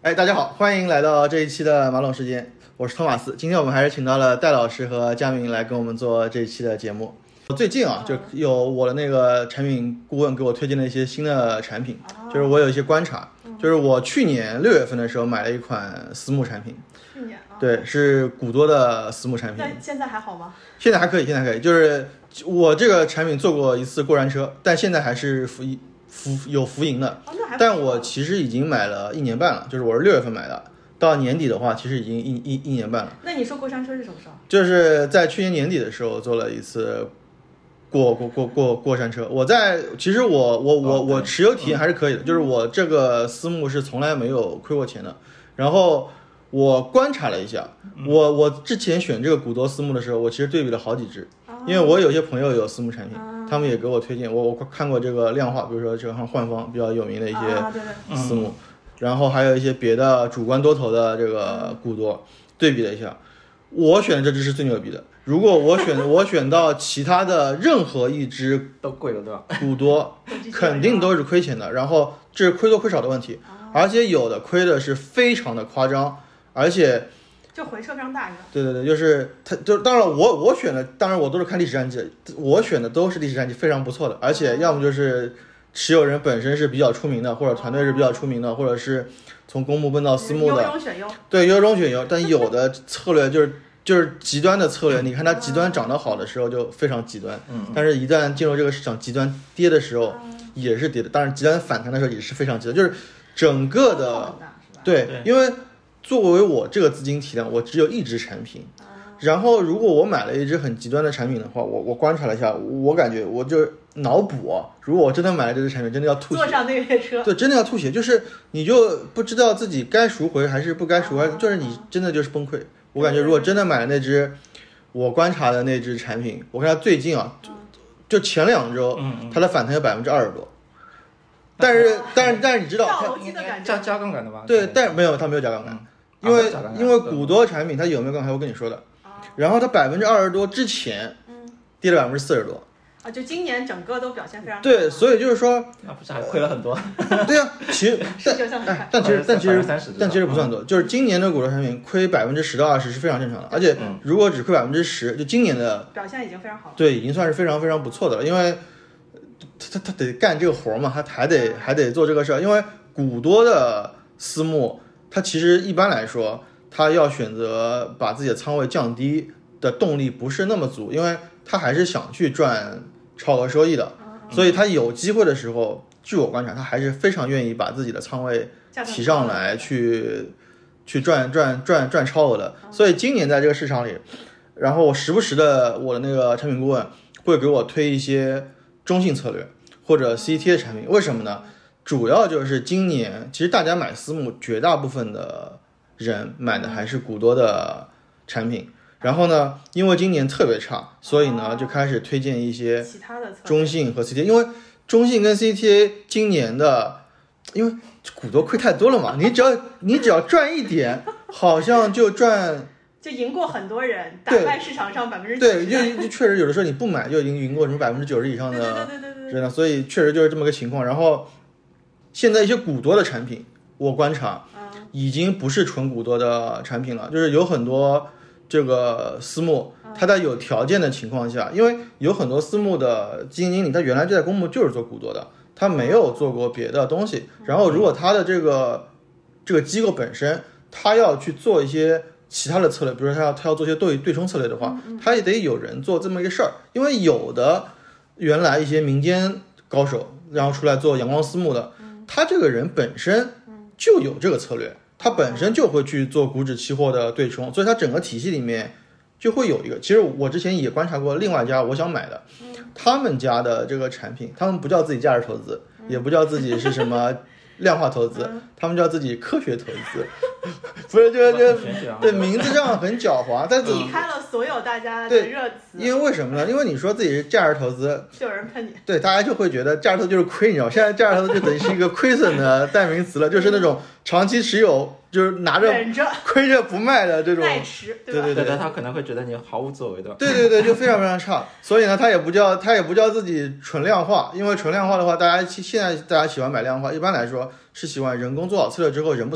哎，大家好，欢迎来到这一期的马桶时间，我是托马斯。今天我们还是请到了戴老师和佳明来跟我们做这一期的节目。最近啊，就有我的那个产品顾问给我推荐了一些新的产品，就是我有一些观察，就是我去年6月份的时候买了一款私募产品。 去年啊， 对，是古多的私募产品。 那现在还好吗？ 现在还可以，现在还可以。就是我这个产品做过一次过山车，但现在还是有浮盈的。 哦，那还不错但我其实已经买了1年半了，就是我是6月份买的，到年底的话，其实已经一年半了。 那你说过山车是什么时候？ 就是在去年年底的时候做了一次过山车。其实我持有体验还是可以的，就是我这个私募是从来没有亏过钱的。然后我观察了一下，我之前选这个古多私募的时候，我其实对比了好几只，因为我有些朋友有私募产品，他们也给我推荐，我看过这个量化，比如说这个像幻方比较有名的一些私募，然后还有一些别的主观多头的这个古多，对比了一下，我选的这只是最牛逼的。如果我选到其他的任何一只都贵了，对吧？ 古多肯定都是亏钱的，然后这是亏多亏少的问题，而且有的亏的是非常的夸张，而且就回撤非常大，是吧？ 对，就是它就当然我选的，当然我都是看历史战绩，我选的都是历史战绩非常不错的，而且要么就是持有人本身是比较出名的，或者团队是比较出名的，或者是从公募奔到私募的， 优中选优。 对，优中选优。但有的策略就是极端的策略，你看它极端涨得好的时候就非常极端，但是一旦进入这个市场极端跌的时候也是跌的，当然极端反弹的时候也是非常极端，就是整个的对，因为作为我这个资金体量，我只有一只产品，然后如果我买了一只很极端的产品的话，我观察了一下，我感觉我就脑补啊，如果我真的买了这只产品，真的要吐血， 坐上那个列车， 对，真的要吐血，就是你就不知道自己该赎回还是不该赎回，就是你真的就是崩溃。我感觉如果真的买了那只我观察的那只产品，我看它最近啊，就前2周，它的反弹有20%多。但是你知道它加杠杆的吧？ 对，但没有，它没有加杠杆，因为古多产品它有没有杠杆，我跟你说的。然后它20%多之前跌了40%多。 啊，就今年整个都表现非常好。 对，所以就是说， 那不是还亏了很多？ 对啊，其实但其实不算多，就是今年的古多产品亏10%到20%是非常正常的，而且如果只亏10%，就今年的表现已经非常好了。 对，已经算是非常非常不错的了，因为他得干这个活嘛，他还得做这个事儿，因为古多的私募，它其实一般来说，他要选择把自己的仓位降低的动力不是那么足，因为他还是想去赚超额收益的，所以他有机会的时候，据我观察，他还是非常愿意把自己的仓位提上来去赚超额的。所以今年在这个市场里，然后我时不时的我的那个产品顾问会给我推一些中性策略或者 CTA 的产品，为什么呢？主要就是今年其实大家买私募，绝大部分的人买的还是古多的产品。然后呢，因为今年特别差，所以呢就开始推荐一些中性和 CTA，因为中性跟 CTA 今年的，因为股多亏太多了嘛，你只要赚一点，好像就赢过很多人，打败市场上90%。 对，就确实有的时候你不买就已经赢过什么90%以上的人了，所以确实就是这么个情况。然后现在一些股多的产品，我观察已经不是纯股多的产品了，就是有很多这个私募，它在有条件的情况下，因为有很多私募的基金经理，他原来就在公募就是做股多的，他没有做过别的东西。然后如果他的这个机构本身，他要去做一些其他的策略，比如说他要做一些对冲策略的话，他也得有人做这么一个事儿。因为有的原来一些民间高手，然后出来做阳光私募的，他这个人本身就有这个策略。他本身就会去做股指期货的对冲，所以他整个体系里面就会有一个。其实我之前也观察过另外一家我想买的，他们家的这个产品，他们不叫自己价值投资，也不叫自己是什么量化投资，他们叫自己科学投资，不是就对，名字上很狡猾，但是避开了所有大家的热词。 因为为什么呢？因为你说自己是价值投资， 就有人喷你， 对，大家就会觉得价值投资就是亏，你知道，现在价值投资就等于是一个亏损的代名词了，就是那种长期持有，就是拿着亏着不卖的这种耐持， 对， 他可能会觉得你毫无作为的， 对，就非常非常差。所以呢，他也不叫自己纯量化，因为纯量化的话，现在大家喜欢买量化，一般来说是喜欢人工做好策略之后人不参与，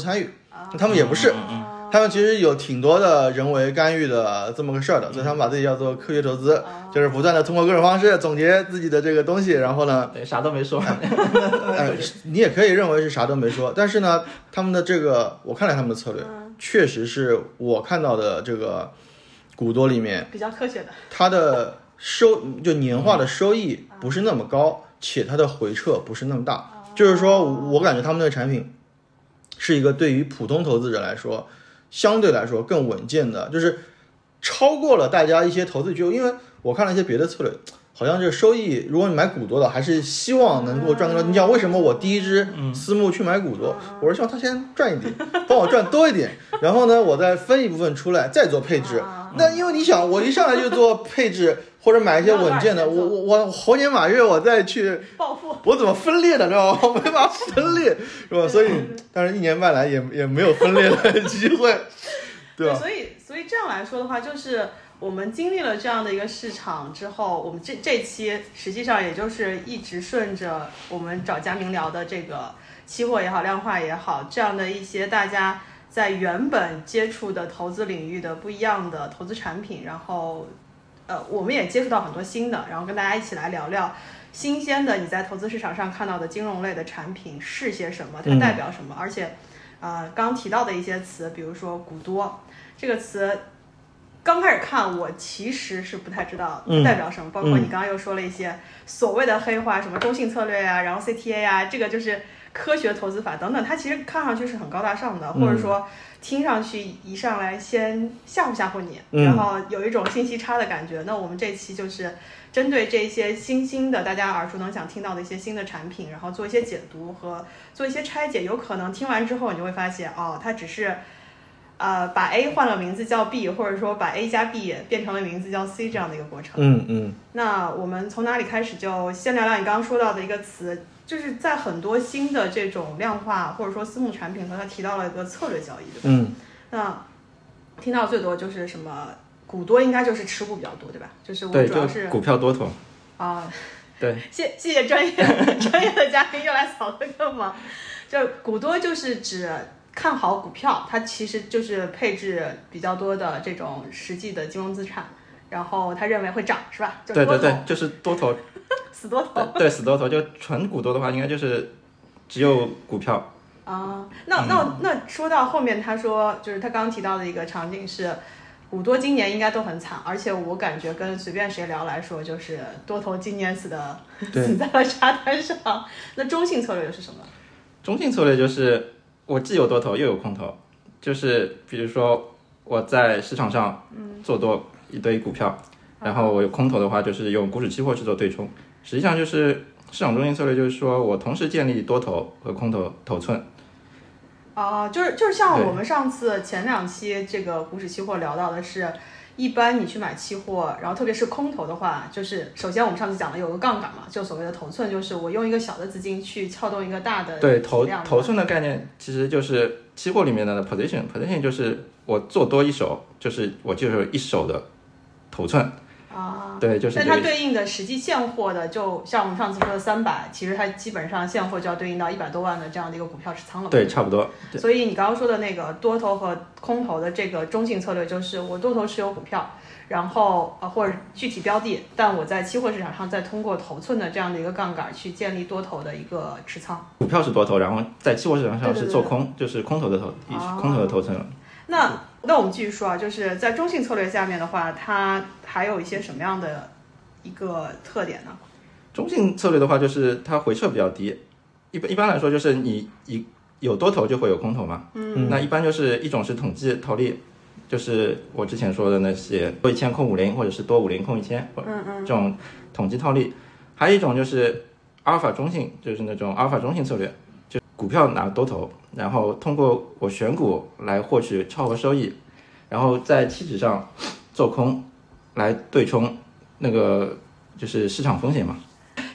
他们也不是。他们其实有挺多的人为干预的这么个事儿的，所以他们把自己叫做科学投资，就是不断的通过各种方式总结自己的这个东西，然后呢， 对，啥都没说。 你也可以认为是啥都没说，但是呢，他们的这个我看了他们的策略，确实是我看到的这个股多里面比较科学的， 它的就年化的收益不是那么高，且它的回撤不是那么大，就是说我感觉他们的产品是一个对于普通投资者来说相对来说更稳健的，就是超过了大家一些投资机会。因为我看了一些别的策略，好像这个收益，如果你买股多的，还是希望能够赚更多。你想为什么我第一只私募去买股多？我是希望他先赚一点，帮我赚多一点，然后呢，我再分一部分出来再做配置。那因为你想，我一上来就做配置或者买一些稳健的，我猴年马月我再去暴富， 我怎么分裂的，知道吗？我没办法分裂，是吧？所以，但是1年半来也没有分裂的机会，对吧？ 所以这样来说的话，就是我们经历了这样的一个市场之后，我们这期实际上也就是一直顺着我们找嘉宾聊的这个期货也好，量化也好，这样的一些大家在原本接触的投资领域的不一样的投资产品，然后我们也接触到很多新的，然后跟大家一起来聊聊新鲜的你在投资市场上看到的金融类的产品是些什么，它代表什么，而且刚提到的一些词，比如说股多这个词，刚开始看我其实是不太知道代表什么，包括你刚刚又说了一些所谓的黑话，什么中性策略啊，然后 CTA 啊，这个就是科学投资法等等，它其实看上去是很高大上的，或者说听上去一上来先吓唬吓唬你，然后有一种信息差的感觉。那我们这期就是针对这些新兴的大家耳熟能详听到的一些新的产品，然后做一些解读和做一些拆解，有可能听完之后你就会发现，它只是把 A 换了名字叫 B， 或者说把 A 加 B 变成了名字叫 C 这样的一个过程。那我们从哪里开始？就先聊聊你刚刚说到的一个词，就是在很多新的这种量化或者说私募产品和他提到了一个策略交易，对吧？那听到最多就是什么股多，应该就是持股比较多，对吧？就是我主要是股票多头对， 谢谢专业的嘉宾又来扫了个盲。就股多就是指看好股票，它其实就是配置比较多的这种实际的金融资产，然后他认为会涨，是吧？ 对，就是多头， 死多头。 对，死多头。就纯股多的话，应该就是只有股票。 那说到后面，他说就是他刚刚提到的一个场景是，股多今年应该都很惨，而且我感觉跟随便谁聊来说，就是多头今年死在了沙滩上。那中性策略又是什么？ 中性策略就是我既有多头又有空头，就是比如说我在市场上做多一堆股票，然后我有空头的话，就是用股指期货去做对冲。实际上就是市场中性策略，就是说我同时建立多头和空头头寸。 就是像我们上次前2期这个股指期货聊到的是，一般你去买期货，然后特别是空头的话，就是首先我们上次讲的有个杠杆嘛，就所谓的头寸，就是我用一个小的资金去撬动一个大的对体量。 头寸的概念其实就是期货里面的 position 就是我做多一手，就是我就是一手的头寸。对，就是但它对应的实际现货的，就像我们上次说的300，其实它基本上现货就要对应到100多万的这样的一个股票持仓了。 对，差不多。 所以你刚刚说的那个多头和空头的这个中性策略，就是我多头持有股票，然后或者具体标的，但我在期货市场上再通过头寸的这样的一个杠杆去建立多头的一个持仓。 股票是多头，然后在期货市场上是做空，就是空头的空头的头寸了。 那我们继续说就是在中性策略下面的话，它还有一些什么样的一个特点呢？ 中性策略的话，就是它回撤比较低，一般来说就是你有多头就会有空头嘛。那一般就是一种是统计套利，就是我之前说的那些多1000空50，或者是多50空1000，这种统计套利。还有一种就是阿尔法中性，就是那种阿尔法中性策略，就股票拿多头，然后通过我选股来获取超额收益，然后在期指上做空来对冲那个就是市场风险嘛。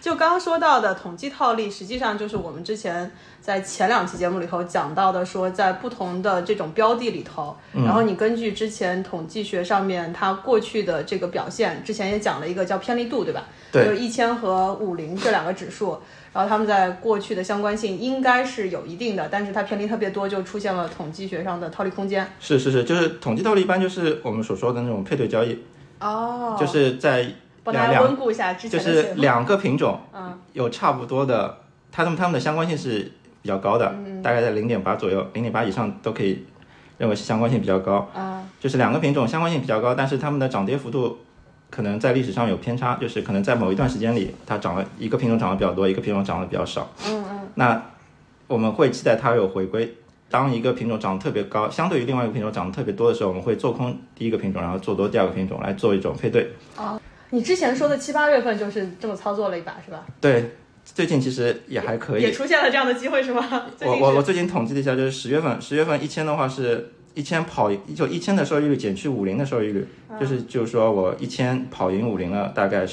就刚刚说到的统计套利，实际上就是我们之前在前2期节目里头讲到的，说在不同的这种标的里头，然后你根据之前统计学上面它过去的这个表现，之前也讲了一个叫偏离度，对吧？ 对， 就是1000和50这2个指数，然后他们在过去的相关性应该是有一定的，但是它偏离特别多，就出现了统计学上的套利空间。 是，就是统计套利一般就是我们所说的那种配对交易。就是在帮大家温故一下之前的就是2个品种，有差不多的，他们的相关性是比较高的，大概在0.8左右，0.8以上都可以认为是相关性比较高。就是2个品种相关性比较高，但是它们的涨跌幅度可能在历史上有偏差，就是可能在某一段时间里，它一个品种涨得比较多，一个品种涨得比较少。那我们会期待它有回归。当一个品种涨得特别高，相对于另外一个品种涨得特别多的时候，我们会做空第一个品种，然后做多第2个品种，来做一种配对。 你之前说的7、8月份就是这么操作了一把，是吧？ 对，最近其实也还可以， 也出现了这样的机会，是吗？ 我最近统计了一下，就是10月份1000的话是1000的收益率减去50的收益率，就是说我1000跑赢50了，大概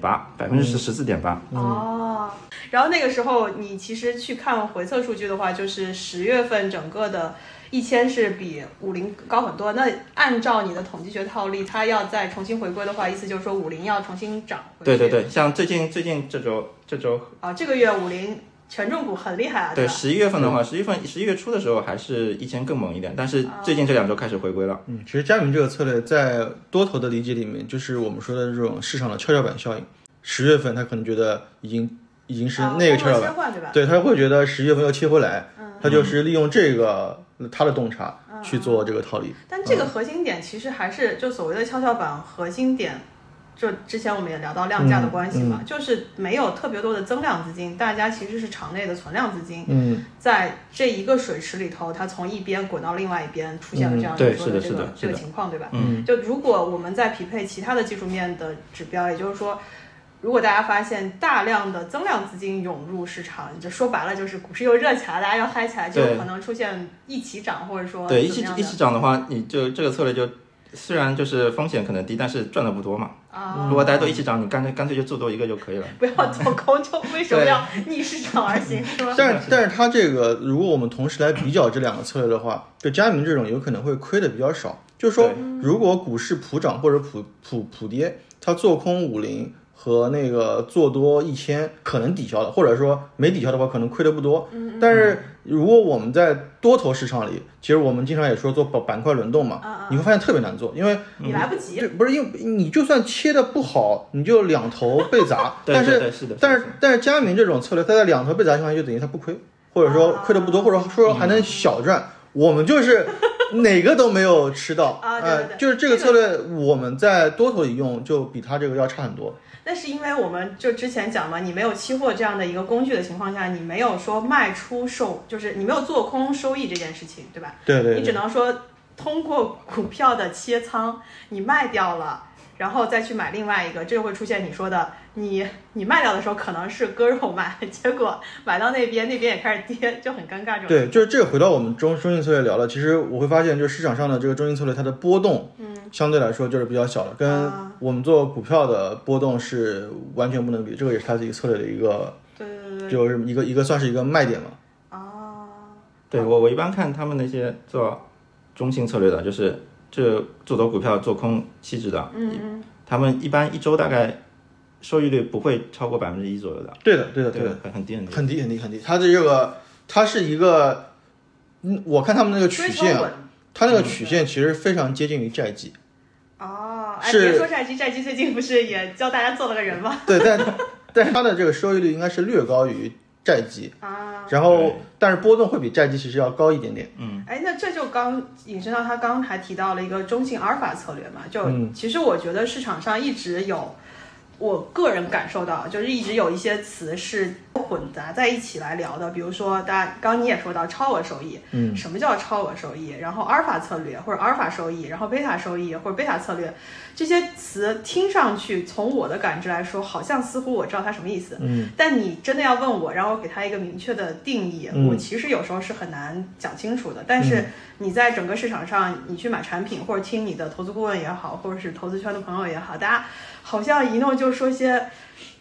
14.8%。 然后那个时候你其实去看回测数据的话，就是10月份整个的1000是比50高很多。那按照你的统计学套利，它要再重新回归的话，意思就是说50要重新涨回去。 对，像最近这周这个月50权重股很厉害啊。 对，11月份的话，11月初的时候还是1000更猛一点，但是最近这2周开始回归了。 其实佳明这个策略在多头的理解里面，就是我们说的这种市场的跷跷板效应。10月份他可能觉得已经是那个跷跷板，对，他会觉得11月份要切回来，他就是利用这个他的洞察去做这个套利。 但这个核心点其实还是就所谓的跷跷板核心点，就之前我们也聊到量价的关系嘛，就是没有特别多的增量资金，大家其实是场内的存量资金，在这一个水池里头，它从一边滚到另外一边，出现了这样你说的这个情况，对吧？就如果我们再匹配其他的技术面的指标，也就是说，如果大家发现大量的增量资金涌入市场，就说白了就是股市又热起来，大家要嗨起来，就有可能出现一起涨，或者说对一起涨的话，你就这个策略就虽然就是风险可能低，但是赚的不多嘛。如果大家都一起涨，你干脆就做多一个就可以了， 不要做空，就为什么要逆市场而行，是吧？ 但是它这个，如果我们同时来比较这2个策略的话，就佳明这种有可能会亏的比较少。就是说，如果股市普涨或者普跌，它做空50和那个做多1000可能抵消了，或者说没抵消的话可能亏的不多。但是如果我们在多头市场里，其实我们经常也说做板块轮动嘛，你会发现特别难做，因为你来不及， 不是因为你就算切的不好，你就2头被砸。但是佳明这种策略，它在2头被砸情况下就等于它不亏，或者说亏的不多，或者说还能小赚。我们就是哪个都没有吃到就是这个策略我们在多头里用就比它这个要差很多。 那是因为我们就之前讲嘛，你没有期货这样的一个工具的情况下，你没有说卖出就是你没有做空收益这件事情，对吧？ 对， 你只能说通过股票的切仓，你卖掉了，然后再去买另外一个，这就会出现你说的，你卖掉的时候可能是割肉买，结果买到那边也开始跌，就很尴尬。 对，就是这个回到我们中性策略聊了，其实我会发现，就是市场上的这个中性策略，它的波动，相对来说就是比较小的，跟我们做股票的波动是完全不能比，这个也是它自己策略的一个， 对， 就是一个算是一个卖点嘛。 对，我一般看他们那些做中性策略的，就是这做多股票做空期指的，他们一般1周大概收益率不会超过1%左右的。对的，很低。它是一个，我看他们那个曲线，它那个曲线其实非常接近于债基。 别说债基最近不是也教大家做了个人吗？ 对，但是它的这个收益率应该是略高于债基然后但是波动会比债基其实要高一点点。 那这就刚引申到他刚才提到了一个中性阿尔法策略嘛，就其实我觉得市场上一直有，我个人感受到就是一直有一些词是混杂在一起来聊的，比如说刚你也说到超额收益，什么叫超额收益，然后阿尔法策略或者阿尔法收益，然后贝塔收益或者贝塔策略，这些词听上去从我的感知来说好像似乎我知道它什么意思，但你真的要问我让我给它一个明确的定义，我其实有时候是很难讲清楚的。但是你在整个市场上你去买产品或者听你的投资顾问也好，或者是投资圈的朋友也好，大家好像一弄就说些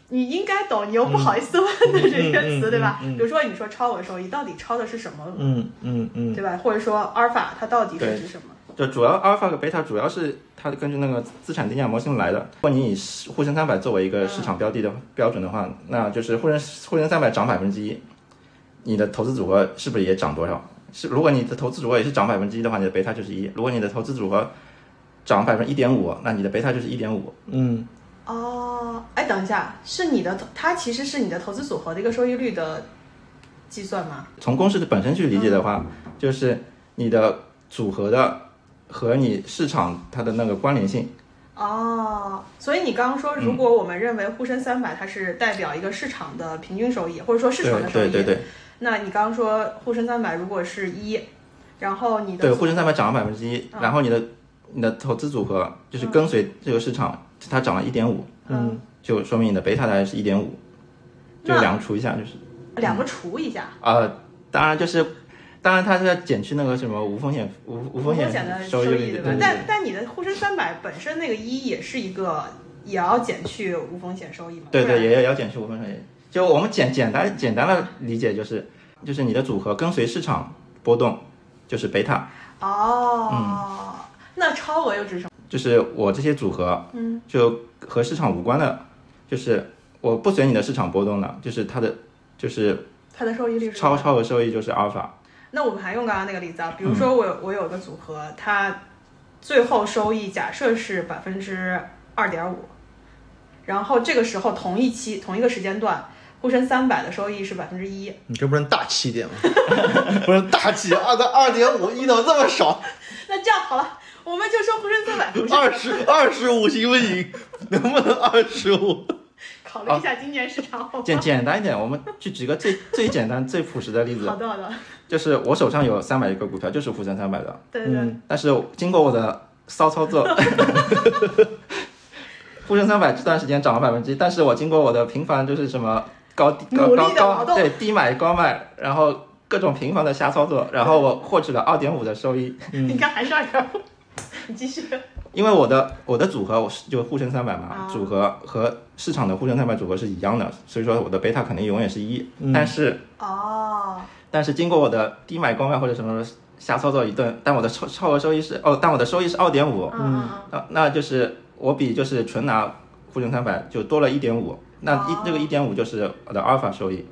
你应该懂，你又不好意思问的这些词，对吧？比如说你说超额收益，到底超的是什么？对吧？或者说阿尔法它到底是指什么？ 就主要阿尔法和贝塔主要是它根据那个资产定价模型来的。如果你以沪深300作为一个市场标的的标准的话，那就是沪深300涨1%，你的投资组合是不是也涨多少？如果你的投资组合也是涨1%的话，你的贝塔就是1；如果你的投资组合涨1.5%，那你的贝塔就是1.5。 等一下，它其实是你的投资组合的一个收益率的计算吗？ 从公式的本身去理解的话，就是你的组合的和你市场它的那个关联性。 所以你刚刚说，如果我们认为沪深300它是代表一个市场的平均收益，或者说市场的收益， 对， 那你刚刚说沪深300如果是1，然后你的对沪深300涨了1%，然后你的投资组合就是跟随这个市场，它涨了1.5，就说明你的贝塔大概是1.5，就两个除一下，就是两个除一下当然它是要减去那个什么无风险的收益率， 对吧？但你的沪深300本身那个1也是一个，也要减去无风险收益嘛？ 对，也要减去无风险收益。就我们简单的理解就是你的组合跟随市场波动就是贝塔。 那超额又指什么？ 就是我这些组合，就和市场无关的，就是我不随你的市场波动的，就是它的收益率是超额收益就是阿尔法。 那我们还用刚刚那个例子啊，比如说我有个组合，它最后收益假设是2.5%，然后这个时候同一个时间段，沪深300的收益是1%。 你这不能大气一点吗？不能大气，2.5%怎么这么少？ 那这样好了，我们就说沪深300 25行不行？能不能25？ 考虑一下今年市场。 简单一点，我们去举个最简单最朴实的例子。 好的。 就是我手上有300个股票，就是沪深300的。 对。 但是经过我的骚操作，沪深300这段时间涨了1%，但是我经过我的频繁就是什么对低买高卖，然后各种频繁的瞎操作，然后我获取了2.5的收益。 你看还是2.5，你继续。 因为我的组合就沪深300嘛，组合和市场的沪深300组合是一样的，所以说我的贝塔肯定永远是1。但是经过我的低买高卖或者什么瞎操作一顿，但我的超额收益是2.5，那就是我比就是纯拿沪深300就多了1.5，那这个1.5就是我的阿尔法收益。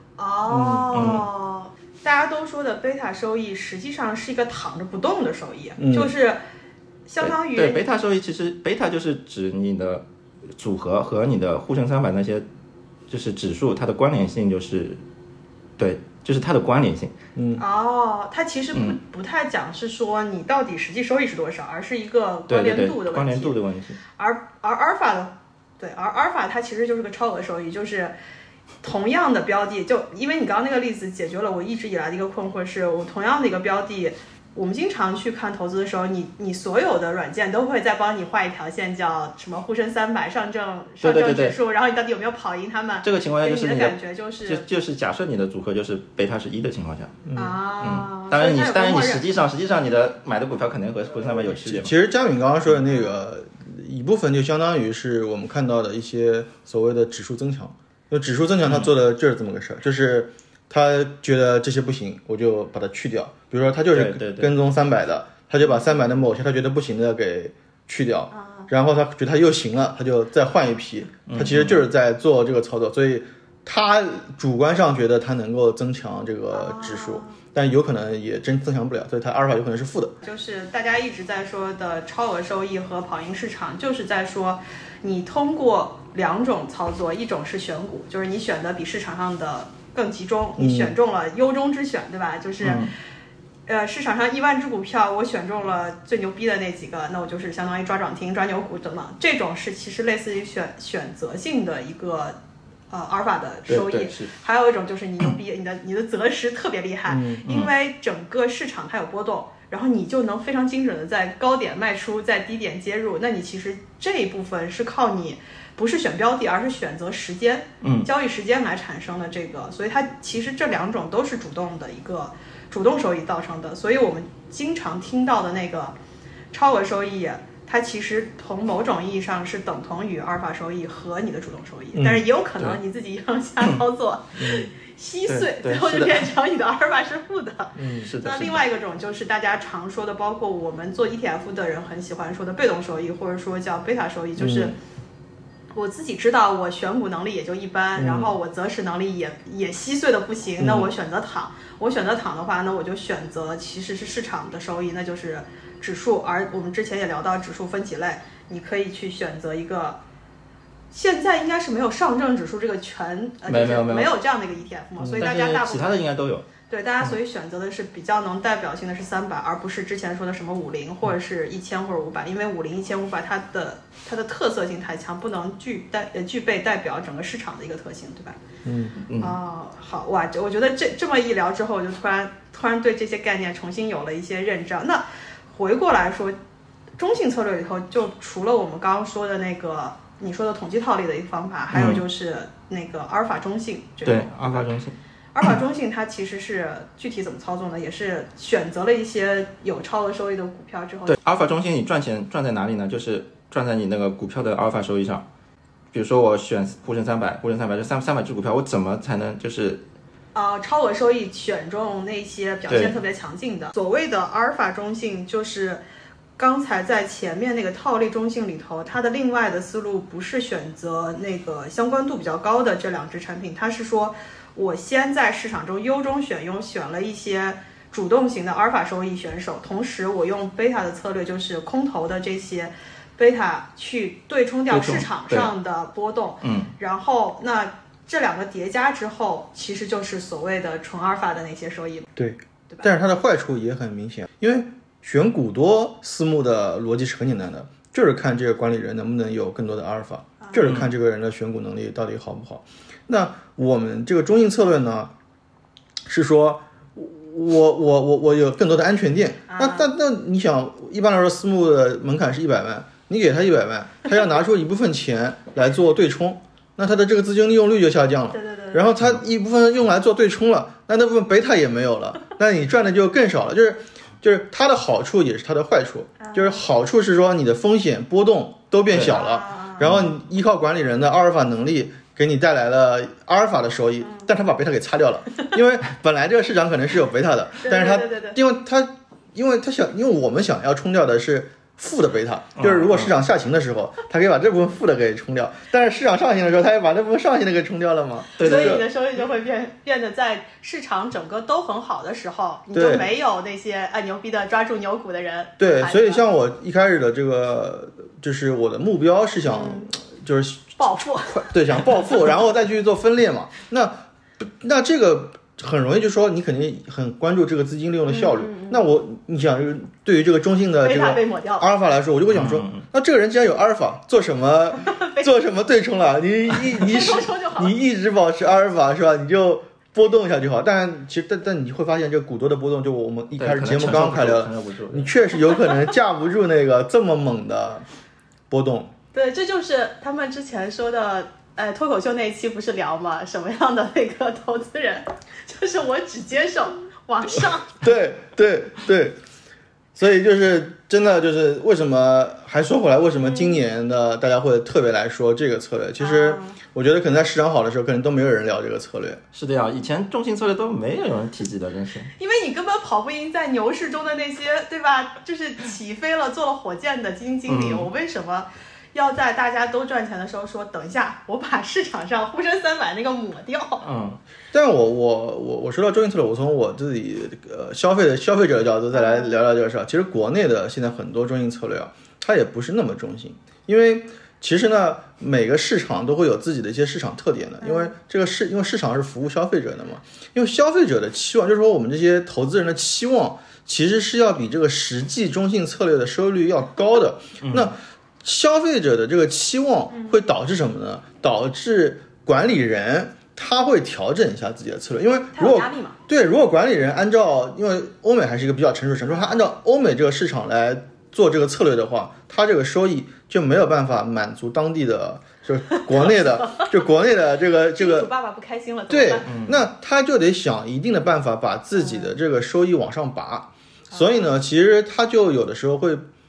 大家都说的贝塔收益实际上是一个躺着不动的收益，就是相当于对贝塔收益，其实贝塔就是指你的组合和你的沪深300那些就是指数它的关联性，就是它的关联性。 它其实不太讲是说你到底实际收益是多少，而是一个关联度的问题。 关联度的问题。 而阿尔法它其实就是个超额收益，就是同样的标的，就因为你刚刚那个例子解决了我一直以来的一个困惑，是我同样的一个标的。我们经常去看投资的时候，你所有的软件都会再帮你画一条线，叫什么沪深300上证指数，然后你到底有没有跑赢他们？ 这个情况下就是你的感觉就是假设你的组合就是贝塔是1的情况下，当然你实际上你的买的股票肯定和沪深300有区别。 其实佳敏刚刚说的那个一部分就相当于是我们看到的一些所谓的指数增强，就指数增强它做的就是这么个事儿，就是他觉得这些不行，我就把它去掉。比如说他就是跟踪300的，他就把300的某些他觉得不行的给去掉，然后他觉得他又行了，他就再换一批。他其实就是在做这个操作，所以他主观上觉得他能够增强这个指数，但有可能也真增强不了，所以他阿尔法有可能是负的。 就是大家一直在说的超额收益和跑赢市场，就是在说你通过2种操作，一种是选股，就是你选的比市场上的更集中，你选中了优中之选，对吧？就是市场上1万只股票，我选中了最牛逼的那几个，那我就是相当于抓涨停、抓牛股等等。这种是其实类似于选择性的一个阿尔法的收益。还有一种就是你牛逼，你的择时特别厉害，因为整个市场它有波动，然后你就能非常精准的在高点卖出，在低点接入。那你其实这一部分是靠你不是选标的，而是选择时间，交易时间来产生的这个，所以它其实这2种都是主动的一个主动收益造成的。所以我们经常听到的那个超额收益， 它其实从某种意义上是等同于阿尔法收益和你的主动收益，但是也有可能你自己让瞎操作，稀碎，最后就变成你的阿尔法是负的。 是的。 那另外一个种就是大家常说的，包括我们做 ETF 的人很喜欢说的被动收益，或者说叫贝塔收益，就是我自己知道我选股能力也就一般，然后我择时能力也稀碎的不行，那我选择躺。我选择躺的话，那我就选择其实是市场的收益，那就是指数。而我们之前也聊到指数分几类，你可以去选择一个，现在应该是没有上证指数这个没有这样的一个 ETF 嘛，所以大家大部分其他的应该都有。 对，大家所以选择的是比较能代表性的是300，而不是之前说的什么50或者是1000或者500，因为50、1500它的特色性太强，不能具备代表整个市场的一个特性，对吧？好哇，我觉得这么一聊之后，我就突然对这些概念重新有了一些认知。那回过来说，中性策略里头，就除了我们刚刚说的那个你说的统计套利的一个方法，还有就是那个阿尔法中性。 对，阿尔法中性。 阿尔法中性它其实是具体怎么操作呢？也是选择了一些有超额收益的股票之后。 对，阿尔法中性你赚钱赚在哪里呢？就是赚在你那个股票的阿尔法收益上。比如说我选沪深300这300只股票，我怎么才能就是超额收益选中那些表现特别强劲的？所谓的阿尔法中性就是刚才在前面那个套利中性里头，它的另外的思路不是选择那个相关度比较高的这2只产品，它是说我先在市场中优中选优，选了一些主动型的阿尔法收益选手，同时我用贝塔的策略，就是空头的这些贝塔去对冲掉市场上的波动，然后那这2个叠加之后，其实就是所谓的纯阿尔法的那些收益。 对，但是它的坏处也很明显，因为选股多私募的逻辑是很简单的，就是看这个管理人能不能有更多的阿尔法，就是看这个人的选股能力到底好不好。那我们这个中性策略呢，是说我有更多的安全垫。那你想，一般来说私募的门槛是100万，你给他100万，他要拿出一部分钱来做对冲，那他的这个资金利用率就下降了。 对。 然后他一部分用来做对冲了，那部分贝塔也没有了，那你赚的就更少了。就是它的好处也是它的坏处，就是好处是说你的风险波动都变小了，然后你依靠管理人的阿尔法能力给你带来了阿尔法的收益，但他把贝塔给擦掉了，因为本来这个市场可能是有贝塔的，但是他因为我们想要冲掉的是负的贝塔，就是如果市场下行的时候，他可以把这部分负的给冲掉，但是市场上行的时候，他也把那部分上行的给冲掉了嘛。 所以你的收益就会变得在市场整个都很好的时候，你就没有那些牛逼的抓住牛股的人。 对，所以像我一开始的这个，就是我的目标是想就是暴富， 对，想暴富，然后再去做分裂嘛。那这个很容易就说你肯定很关注这个资金利用的效率。那你想对于这个中性的这个阿尔法来说，我就会想说，那这个人既然有阿尔法，做什么对冲了？你一直保持阿尔法是吧？你就波动一下就好。但你会发现，这个股多的波动，就我们一开始节目刚开聊，你确实有可能架不住那个这么猛的波动。 对，这就是他们之前说的。脱口秀那一期不是聊吗？什么样的那个投资人，就是我只接受往上。 对，所以就是真的就是为什么还说回来，为什么今年的大家会特别来说这个策略？其实我觉得可能在市场好的时候，可能都没有人聊这个策略。 是的呀，以前中性策略都没有人提及的，真是。 因为你根本跑不赢在牛市中的那些，对吧？就是起飞了做了火箭的基金经理，我为什么要在大家都赚钱的时候说等一下，我把市场上沪深300那个抹掉？ 但我说到中性策略，我从我自己消费者的角度再来聊聊这个事儿。其实国内的现在很多中性策略它也不是那么中性，因为其实呢每个市场都会有自己的一些市场特点的，因为市场是服务消费者的嘛，因为消费者的期望就是说我们这些投资人的期望其实是要比这个实际中性策略的收益率要高的。那消费者的这个期望会导致什么呢？导致管理人他会调整一下自己的策略，因为如果管理人按照，因为欧美还是一个比较成熟城市，他按照欧美这个市场来做这个策略的话，他这个收益就没有办法满足当地的就是国内的这个爸爸不开心了， 对，那他就得想一定的办法把自己的这个收益往上拔。所以呢，其实他就有的时候会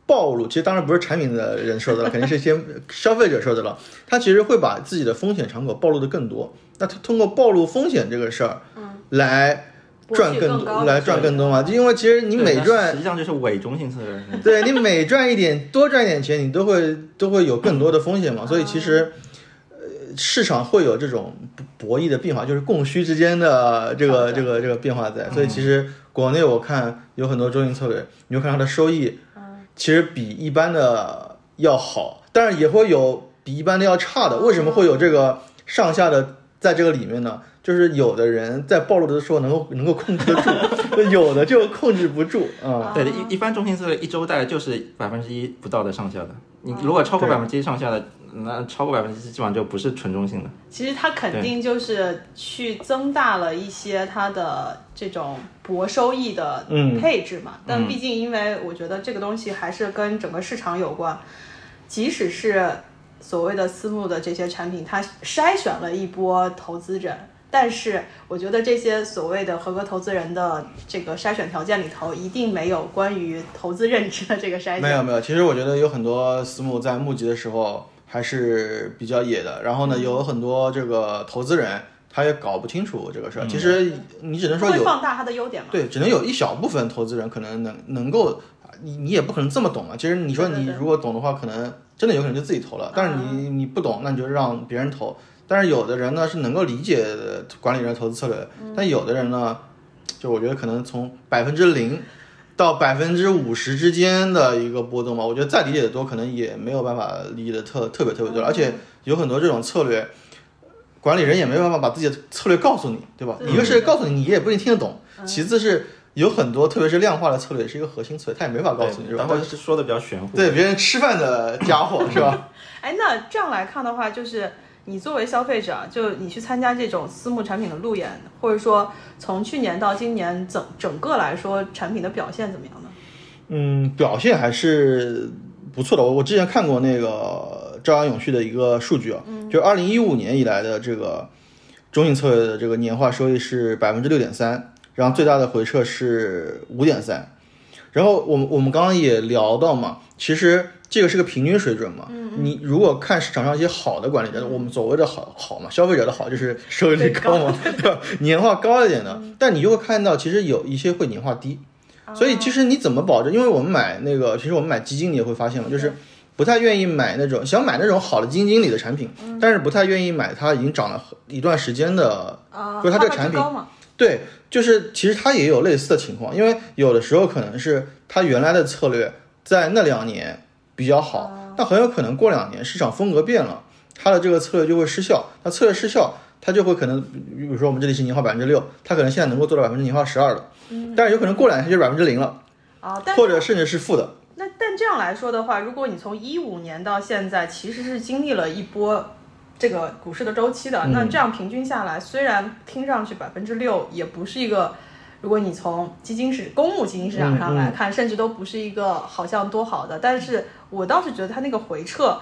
暴露，其实当然不是产品的人说的了，肯定是一些消费者说的了。他其实会把自己的风险场口暴露的更多。那他通过暴露风险这个事儿，来赚更多嘛？因为其实你每赚， 实际上就是伪中性策略。 对，你每赚一点，多赚一点钱，你都会有更多的风险嘛。所以其实，市场会有这种博弈的变化，就是供需之间的这个变化在。所以其实国内我看有很多中性策略，你就看它的收益，其实比一般的要好，当然也会有比一般的要差的。为什么会有这个上下的在这个里面呢？就是有的人在暴露的时候能够控制得住，有的就控制不住啊。 对，一般中性策略一周大概就是1%不到的上下的。你如果超过1%上下的，那超过1%基本上就不是纯中性的。 其实它肯定就是去增大了一些它的这种博收益的配置嘛。但毕竟因为我觉得这个东西还是跟整个市场有关，即使是所谓的私募的这些产品，它筛选了一波投资人。但是我觉得这些所谓的合格投资人的这个筛选条件里头，一定没有关于投资认知的这个筛选。 没有，其实我觉得有很多私募在募集的时候还是比较野的，然后呢，有很多这个投资人他也搞不清楚这个事儿。其实你只能说会放大他的优点嘛？ 对，只能有一小部分投资人可能能够，你也不可能这么懂啊。其实你说你如果懂的话，可能真的有可能就自己投了，但是你不懂，那你就让别人投。但是有的人呢是能够理解管理人投资策略的，但有的人呢，就我觉得可能从0%到50%之间的一个波动吧，我觉得再理解的多，可能也没有办法理解的特别多，而且有很多这种策略，管理人也没办法把自己的策略告诉你，对吧？一个是告诉你，你也不一定听得懂；其次是有很多，特别是量化的策略是一个核心策略，他也没法告诉你，是吧？ 他是说的比较玄乎， 对别人吃饭的家伙，是吧？ 哎，那这样来看的话，就是你作为消费者，就你去参加这种私募产品的路演，或者说从去年到今年整个来说，产品的表现怎么样呢？ 表现还是不错的。我之前看过那个朝阳永续的一个数据啊，就2015年以来的这个中性策略的这个年化收益是6.3%，然后最大的回撤是5.3%。然后我们刚刚也聊到嘛，其实这个是个平均水准嘛。你如果看市场上一些好的管理者，我们所谓的好嘛，消费者的好就是收益率高嘛，对吧？年化高一点的，但你就会看到其实有一些会年化低。所以其实你怎么保证？因为我们买那个，其实我们买基金你也会发现嘛，就是不太愿意买那种想买那种好的基金经理的产品，但是不太愿意买它已经涨了一段时间的，就是它这个产品。对，就是其实它也有类似的情况，因为有的时候可能是它原来的策略在那2年比较好，但很有可能过2年市场风格变了，它的这个策略就会失效。它策略失效，它就会可能，比如说我们这里是年化6%，它可能现在能够做到年化12%的，但是有可能过2年它就是0%了，或者甚至是负的。 但这样来说的话，如果你从15年到现在，其实是经历了一波这个股市的周期的，那这样平均下来，虽然听上去6%也不是一个，如果你从公募基金市场上来看，甚至都不是一个好像多好的，但是我倒是觉得它那个回撤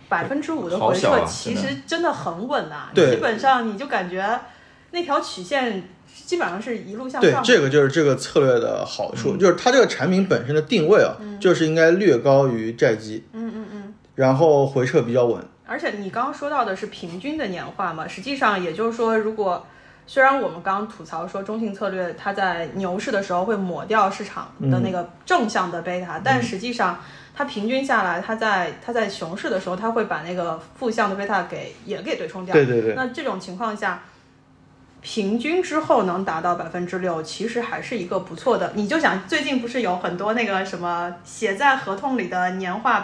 5%的回撤，其实真的很稳啊。基本上你就感觉那条曲线基本上是一路向上。 对，这个就是这个策略的好处，就是它这个产品本身的定位啊，就是应该略高于债基，然后回撤比较稳。 而且你刚刚说到的是平均的年化嘛，实际上也就是说，虽然我们刚刚吐槽说中性策略它在牛市的时候会抹掉市场的那个正向的贝塔，但实际上它平均下来，它在熊市的时候，它会把那个负向的贝塔也给对冲掉。 对。 那这种情况下，平均之后能达到6%，其实还是一个不错的。你就想最近不是有很多那个什么写在合同里的年化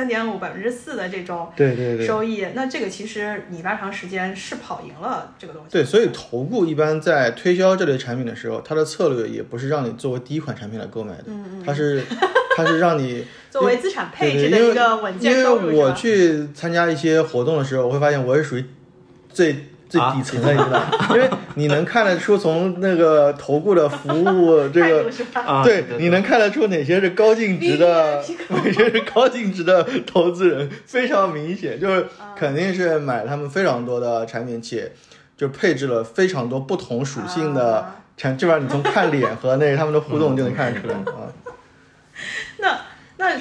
3.5%、4%的这种收益，那这个其实你拉长时间是跑赢了这个东西。 对，所以投顾一般在推销这类产品的时候，它的策略也不是让你作为第一款产品来购买的，它是让你作为资产配置的一个稳健收入。 因为我去参加一些活动的时候，我会发现我是属于最底层的，你知道，因为你能看得出从那个投顾的服务这个对，你能看得出哪些是高净值的，哪些是高净值的投资人，非常明显，就是肯定是买他们非常多的产品，且就配置了非常多不同属性的产，基本上你从看脸和那他们的互动就能看得出来啊。 那中性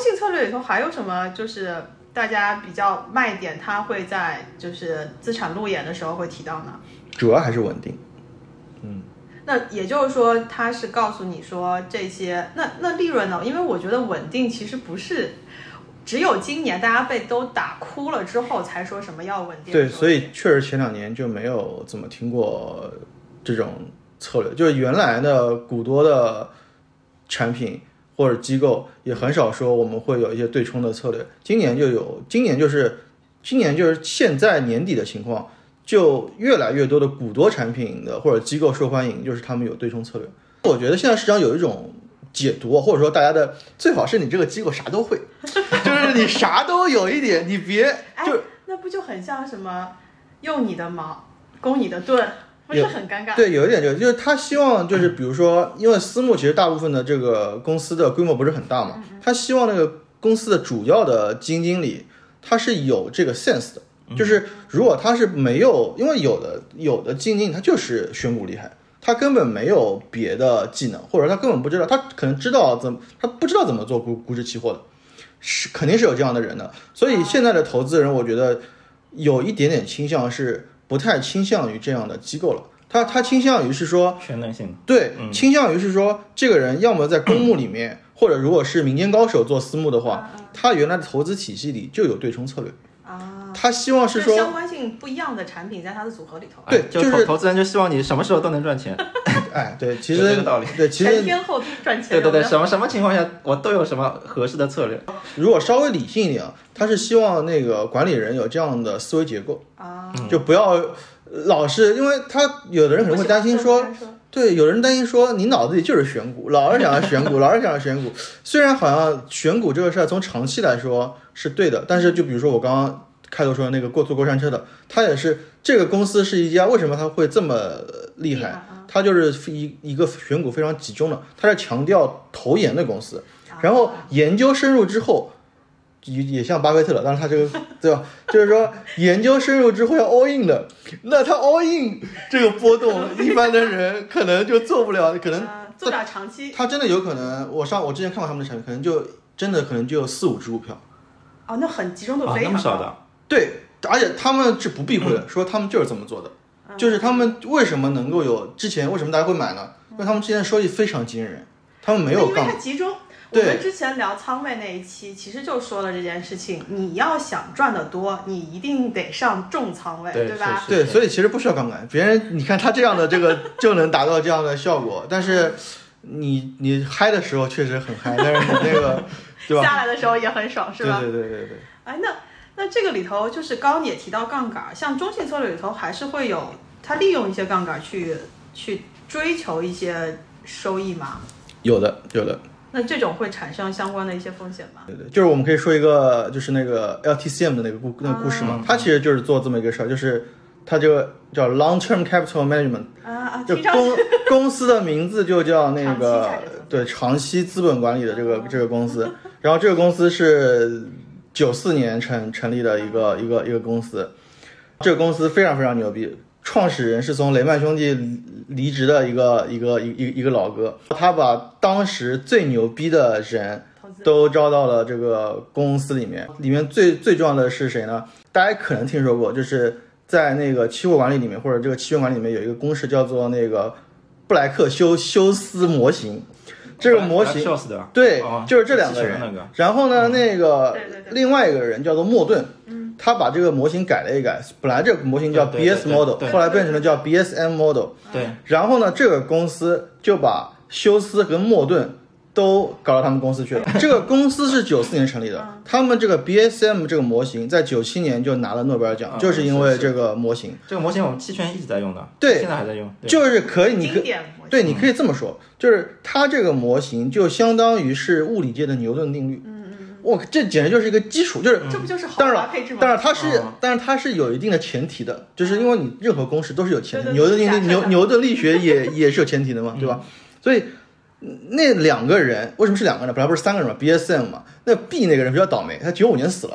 性策略里头还有什么就是大家比较卖点，它会在就是资产路演的时候会提到呢？ 主要还是稳定。 那也就是说，它是告诉你说这些，那利润呢？因为我觉得稳定其实不是只有今年大家都打哭了之后才说什么要稳定。 对，所以确实前2年就没有怎么听过这种策略，就是原来的股多的产品或者机构也很少说我们会有一些对冲的策略。今年就是现在年底的情况。就越来越多的股多产品的或者机构受欢迎，就是他们有对冲策略。我觉得现在市场有一种解读，或者说大家的最好是你这个机构啥都会，就是你啥都有一点，你别就那不就很像什么用你的矛攻你的盾，不是很尴尬？ 对，有一点就是他希望就是比如说，因为私募其实大部分的这个公司的规模不是很大嘛，他希望那个公司的主要的基金经理他是有这个 sense 的。就是如果他是没有，因为有的基金经理他就是选股厉害，他根本没有别的技能，或者他根本不知道，他可能他不知道怎么做股指期货的，肯定是有这样的人的。所以现在的投资人，我觉得有一点点倾向是不太倾向于这样的机构了，他倾向于是说全能性， 对，倾向于是说这个人要么在公募里面，或者如果是民间高手做私募的话，他原来的投资体系里就有对冲策略。他希望是说相关性不一样的产品在他的组合里头。 对， 就是投资人就希望你什么时候都能赚钱。 哎，对，其实这个道理。 对，其实全天候赚钱。 对，什么情况下我都有什么合适的策略。 如果稍微理性一点，他是希望那个管理人有这样的思维结构啊，就不要老是，因为他有的人可能会担心说，对，有人担心说你脑子里就是选股，老是想要选股，老是想要选股。虽然好像选股这个事儿从长期来说是对的，但是就比如说我刚刚开头说的那个坐过山车的，他也是这个公司是一家为什么他会这么厉害？他就是一个选股非常集中的，他是强调投研的公司，然后研究深入之后，也像巴菲特了，但是他这个对吧？就是说研究深入之后要 all in 的，那他 all in 这个波动，一般的人可能就做不了，可能做不了长期。 他真的有可能，我之前看过他们的产品，可能就真的可能就有4-5只股票。 哦，那很集中度非常高。 那么少的。 对，而且他们是不避讳的，说他们就是这么做的，就是他们为什么能够有之前为什么大家会买呢？因为他们之前的收益非常惊人，他们没有杠， 因为它集中。我们之前聊仓位那一期，其实就说了这件事情，你要想赚得多，你一定得上重仓位，对吧？ 对，所以其实不需要杠杆，别人你看他这样的这个就能达到这样的效果，但是你嗨的时候确实很嗨，但是你那个对吧？ 下来的时候也很爽，是吧？ 对。 哎，那这个里头就是刚刚也提到杠杆，像中性策略里头还是会有它利用一些杠杆去追求一些收益吗？有的。那这种会产生相关的一些风险吗？ 对，就是我们可以说一个，就是那个 LTCM 的那个故事嘛，它其实就是做这么一个事儿，就是它这个叫 Long Term Capital Management 就公司的名字就叫那个对长期资本管理的这个公司，然后这个公司是94年成立的一个公司，这个公司非常非常牛逼。创始人是从雷曼兄弟离职的一个老哥，他把当时最牛逼的人都招到了这个公司里面最重要的是谁呢？大家可能听说过，就是在那个期货管理里面或者这个期权管理里面有一个公式叫做那个布莱克休斯模型。这个模型对，就是这两个人。然后呢，那个另外一个人叫做莫顿，他把这个模型改了一改，本来这个模型叫 BS model， 后来变成了叫 BSM model。 对。 然后呢，这个公司就把休斯和莫顿都搞到他们公司去了。这个公司是94年成立的，他们这个 BSM 这个模型在97年就拿了诺贝尔奖，就是因为这个模型。 这个模型我们期权一直在用的， 对， 现在还在用。 就是可以，你可以这么说，就是它这个模型就相当于是物理界的牛顿定律。这简直就是一个基础，就是这不就是豪华配置吗？ 当然它是有一定的前提的，就是因为你任何公式都是有前提，牛顿定律、牛顿力学也是有前提的嘛，对吧？所以那两个人为什么是两个人？本来不是3个人嘛 ，BSM 嘛。那 B 那个人比较倒霉，他95年死了。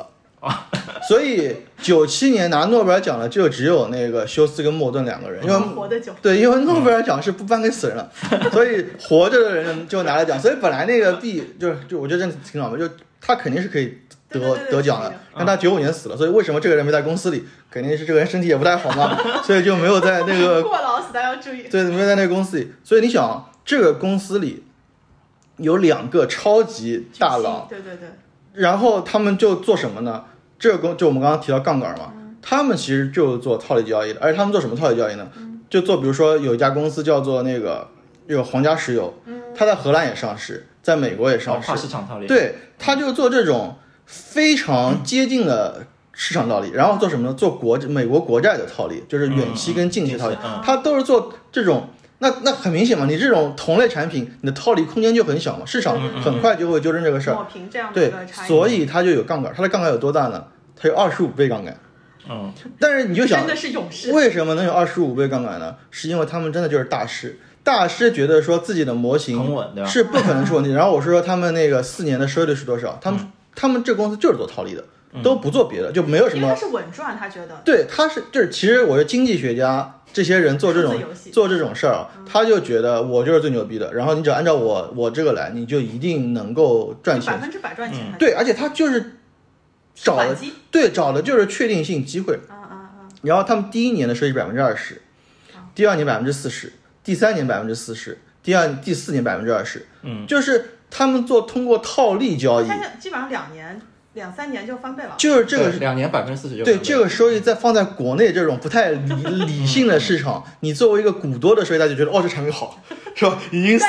所以97年拿诺贝尔奖的就只有那个休斯跟莫顿2个人，因为活得久。 对，因为诺贝尔奖是不颁给死人了，所以活着的人就拿了奖。所以本来那个 B 就我觉得真的挺倒霉，就他肯定是可以得奖的，但他95年死了，所以为什么这个人没在公司里？肯定是这个人身体也不太好嘛，所以就没有在那个过劳死，大家要注意。 对，没有在那个公司里。所以你想，这个公司里有2个超级大佬， 对对对， 然后他们就做什么呢？这个就我们刚刚提到杠杆嘛，他们其实就是做套利交易的，而且他们做什么套利交易呢？就做比如说有一家公司叫做那个皇家石油，它在荷兰也上市，在美国也上市， 跨市场套利。 对，他就做这种非常接近的市场套利，然后做什么呢？做美国国债的套利，就是远期跟近期套利，他都是做这种。那很明显嘛，你这种同类产品，你的套利空间就很小嘛，市场很快就会纠正这个事儿。 抹平这样的一个差异。 对，所以它就有杠杆，它的杠杆有多大呢？它有25倍杠杆。但是你就想， 真的是勇士。 为什么能有25倍杠杆呢？是因为他们真的就是大师。大师觉得说自己的模型是不可能出问题。然后我说他们那个4年的收益率是多少？他们这公司就是做套利的，都不做别的，就没有什么。 因为他是稳赚，他觉得。 对，就是其实我觉得经济学家这些人做这种事儿，他就觉得我就是最牛逼的，然后你只要按照我这个来，你就一定能够赚钱 ，100%赚钱。 对，而且他就是找的就是确定性机会。然后他们第1年的收益20%，第2年40%，第3年40%，第4年20%。就是他们通过套利交易， 基本上2、3年就翻倍了。 就是这个 2年40%就对这个收益放在国内这种不太理性的市场，你作为一个股多的收益，大家就觉得这产品好，是吧？已经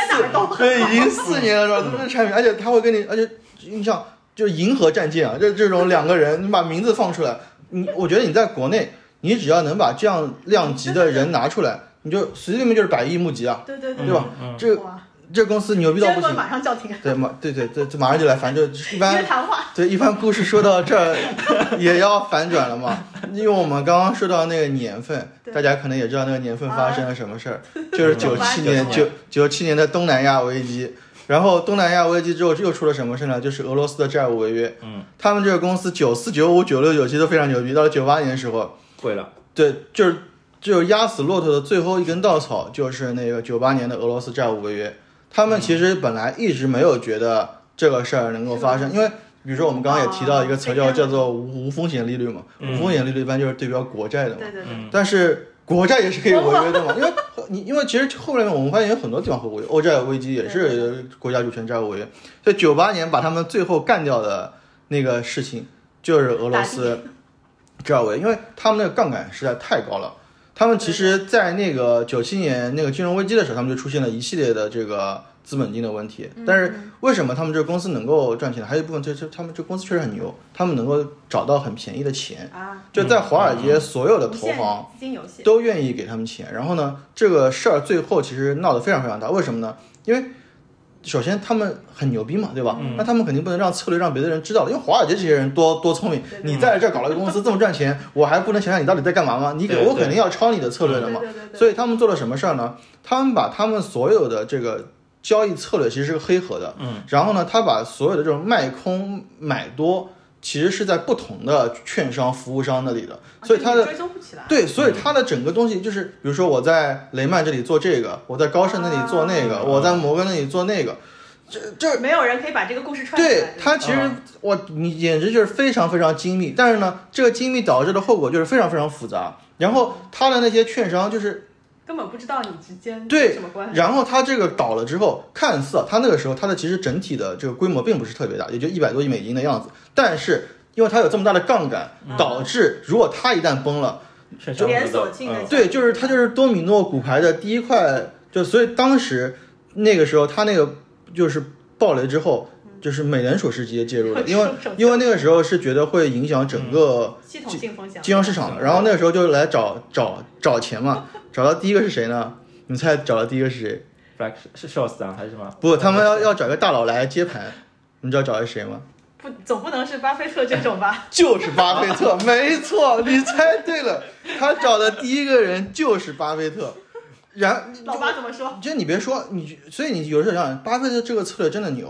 4年了，是吧？这产品，而且他会跟你，而且你想，就是银河战舰啊，这种2个人，你把名字放出来，我觉得你在国内，你只要能把这样量级的人拿出来，你就随便就是100亿募集啊，对吧？这公司牛逼到不行， 马上叫停。 对，马上就来反正就一般约谈话。 对，一般故事说到这儿也要反转了嘛。因为我们刚刚说到那个年份，大家可能也知道那个年份发生了什么事儿，就是97年的东南亚危机。然后东南亚危机之后又出了什么事呢？就是俄罗斯的债务违约。他们这个公司94、95、96、97都非常牛逼，到了98年的时候， 贵了。 对，就是压死骆驼的最后一根稻草，就是那个98年的俄罗斯债务违约。他们其实本来一直没有觉得这个事儿能够发生，因为比如说我们刚刚也提到一个词叫做无风险利率嘛，无风险利率一般就是对标国债的嘛，但是国债也是可以违约的嘛，因为其实后面我们发现有很多地方会违约，欧债危机也是国家主权债务违约，所以98年把他们最后干掉的那个事情就是俄罗斯债务违约，因为他们那个杠杆实在太高了。他们其实在那个97年那个金融危机的时候，他们就出现了一系列的这个资本金的问题。但是为什么他们这个公司能够赚钱？还有一部分就是他们这个公司确实很牛，他们能够找到很便宜的钱，就在华尔街所有的投行都愿意给他们钱。然后呢，这个事儿最后其实闹得非常非常大。为什么呢？因为首先他们很牛逼嘛，对吧？那他们肯定不能让策略让别的人知道，因为华尔街这些人多聪明，你在这搞了个公司这么赚钱，我还不能想想你到底在干嘛吗？我肯定要抄你的策略的嘛。所以他们做了什么事儿呢？他们把他们所有的这个交易策略其实是个黑盒的，然后呢，他把所有的这种卖空买多其实是在不同的券商服务商那里的，所以它的对，所以它的整个东西就是，比如说我在雷曼这里做这个，我在高盛那里做那个，我在摩根那里做那个，这没有人可以把这个故事串起来。 对，它其实你简直就是非常非常精密，但是呢，这个精密导致的后果就是非常非常复杂。然后它的那些券商就是根本不知道你之间对什么关系。 然后它这个倒了之后，看似它那个时候它的其实整体的这个规模并不是特别大，也就100多亿美金的样子。但是因为它有这么大的杠杆，导致如果它一旦崩了， 连锁性的对，就是它就是多米诺骨牌的第一块，就所以当时那个时候它那个就是暴雷之后。就是美联储是直接介入的，因为那个时候是觉得会影响整个系统性风险金融市场的，然后那个时候就来找钱嘛，找到第一个是谁呢？你猜找到第一个是谁？ Black 是 Scholes 啊还是什么？ 不，他们要找一个大佬来接盘，你知道找的是谁吗？ 总不能是巴菲特这种吧？ 就是巴菲特，没错，你猜对了，他找的第一个人就是巴菲特。 老巴怎么说？ 就你别说，所以你有时候想想，巴菲特这个策略真的牛。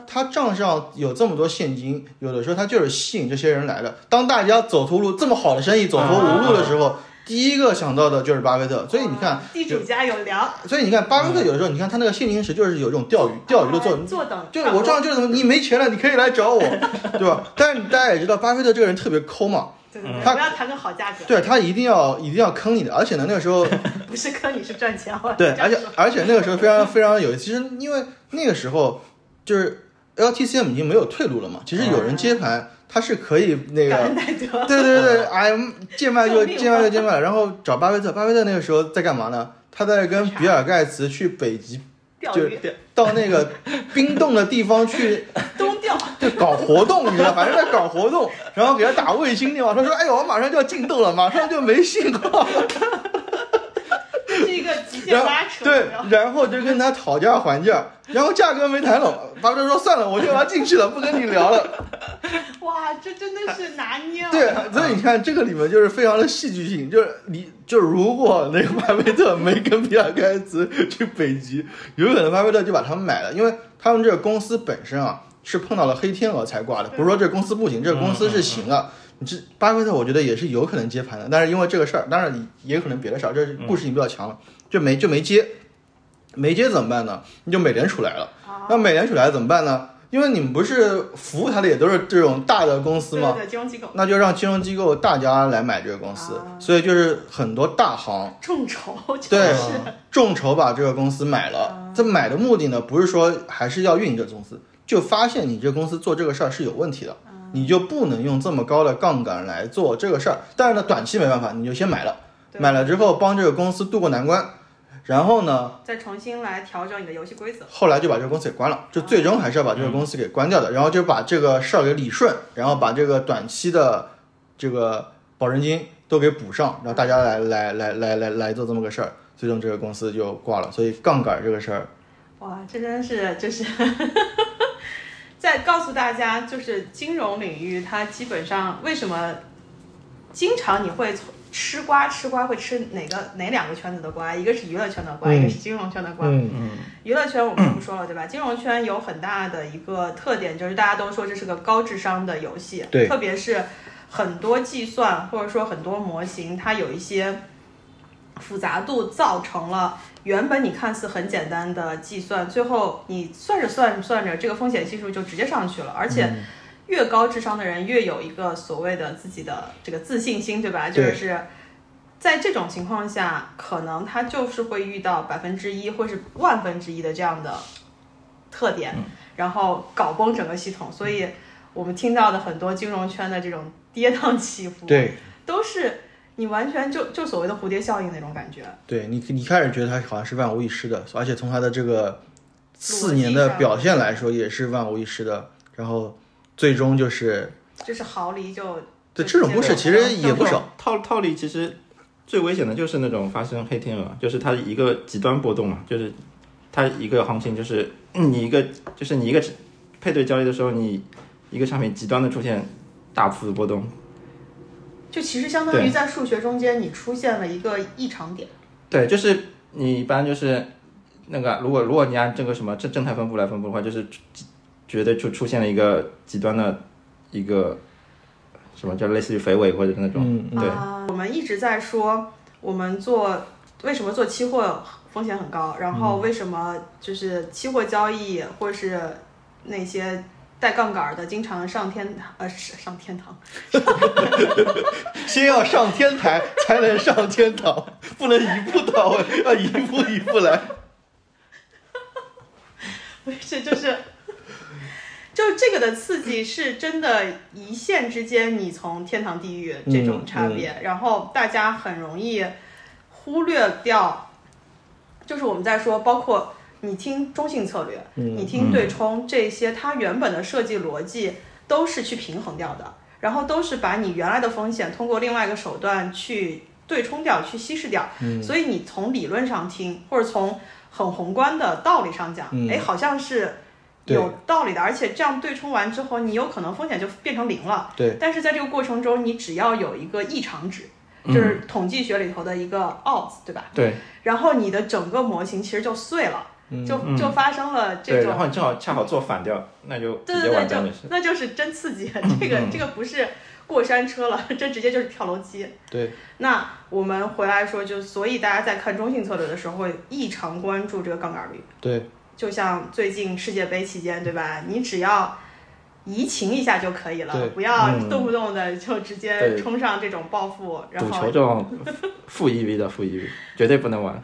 他账上有这么多现金，有的时候他就是吸引这些人来的。当大家走投无路，这么好的生意走投无路的时候，第一个想到的就是巴菲特。所以你看， 地主家有粮。 所以你看，巴菲特有的时候，你看他那个现金池就是有这种钓鱼的作用， 坐等， 就是我账就是你没钱了，你可以来找我，对吧？但是大家也知道，巴菲特这个人特别抠嘛。 对，不要谈个好价格。 对，他一定要坑你的，而且呢，那个时候不是坑你，是赚钱。 对，而且那个时候非常非常有意思。其实因为那个时候就是 LTCM 已经没有退路了嘛，其实有人接盘，他是可以那个，对，哎，贱卖就贱卖了，然后找巴菲特那个时候在干嘛呢？他在跟比尔盖茨去北极，就到那个冰冻的地方去冬钓， 就搞活动，你知道，反正在搞活动，然后给他打卫星电话，他说：“哎呦，我马上就要进洞了，马上就没信号。” 是一个极限拉扯。 对，然后就跟他讨价还价，然后价格没谈拢，巴菲特说：“算了，我就要进去了，不跟你聊了。” 哇，这真的是拿捏了。 对，所以你看这个里面就是非常的戏剧性，就是如果那个巴菲特没跟比尔盖茨去北极，有可能巴菲特就把他们买了，因为他们这个公司本身啊是碰到了黑天鹅才挂的，不是说这个公司不行，这个公司是行了。你这巴菲特我觉得也是有可能接盘的，但是因为这个事儿，当然也有可能别的事儿，这故事性比较强了，就没接怎么办呢？你就美联储来了，那美联储来怎么办呢？因为你们不是服务它的也都是这种大的公司吗？ 对，金融机构， 那就让金融机构大家来买这个公司，所以就是很多大行众筹， 对，众筹把这个公司买了。这买的目的呢，不是说还是要运营这个公司，就发现你这公司做这个事儿是有问题的，你就不能用这么高的杠杆来做这个事儿。但是呢，短期没办法，你就先买了，买了之后帮这个公司渡过难关。然后呢， 再重新来调整你的游戏规则。 后来就把这个公司给关了，就最终还是要把这个公司给关掉的。然后就把这个事儿给理顺，然后把这个短期的这个保证金都给补上，然后大家来做这么个事儿，最终这个公司就挂了。所以杠杆这个事儿， 哇，这真是就是再告诉大家，就是金融领域它基本上为什么经常你会吃瓜会吃哪两个圈子的瓜？一个是娱乐圈的瓜，一个是金融圈的瓜。娱乐圈我们不说了，对吧？金融圈有很大的一个特点，就是大家都说这是个高智商的游戏， 对， 特别是很多计算或者说很多模型，它有一些复杂度，造成了原本你看似很简单的计算，最后你算着，这个风险系数就直接上去了，而且。越高智商的人越有一个所谓的自己的这个自信心，对吧？就是在这种情况下，可能他就是会遇到1%或是1/1000的这样的特点，然后搞崩整个系统。所以我们听到的很多金融圈的这种跌宕起伏， 对， 都是你完全就所谓的蝴蝶效应那种感觉。 对，你开始觉得他好像是万无一失的，而且从他的这个4年的表现来说，也是万无一失的。然后最终就是毫厘就对，这种故事其实也不少。 套利其实最危险的就是那种发生黑天鹅，就是它一个极端波动嘛，就是它一个行情就是你一个配对交易的时候，你一个产品极端的出现大幅的波动， 就其实相当于在数学中间你出现了一个异常点。 对，就是你一般就是那个如果你按这个什么正态分布来分布的话，就是绝对就出现了一个极端的一个什么叫类似于肥尾或者那种，对。 我们一直在说我们为什么做期货风险很高，然后为什么就是期货交易或是那些带杠杆的经常上天堂先要上天台才能上天堂，不能一步到位，要一步一步来。 不是，就这个的刺激是真的一线之间，你从天堂地狱这种差别，然后大家很容易忽略掉，就是我们在说，包括你听中性策略，你听对冲这些，它原本的设计逻辑都是去平衡掉的，然后都是把你原来的风险通过另外一个手段去对冲掉，去稀释掉。所以你从理论上听，或者从很宏观的道理上讲，好像是有道理的，而且这样对冲完之后，你有可能风险就变成0了。 对， 但是在这个过程中，你只要有一个异常值，就是统计学里头的一个 odds，对吧？ 对。 然后你的整个模型其实就碎了。 就发生了这种， 对，然后你正好恰好做反调，那就直接完蛋的是， 那就是真刺激。这个不是过山车了，这直接就是跳楼机。 对， 那我们回来说，就所以大家在看中性策略的时候会异常关注这个杠杆率。 对， 就像最近世界杯期间，对吧？你只要移情一下就可以了，不要动不动的就直接冲上这种报复。然后赌球这种负 EV 的负 EV 绝对不能玩。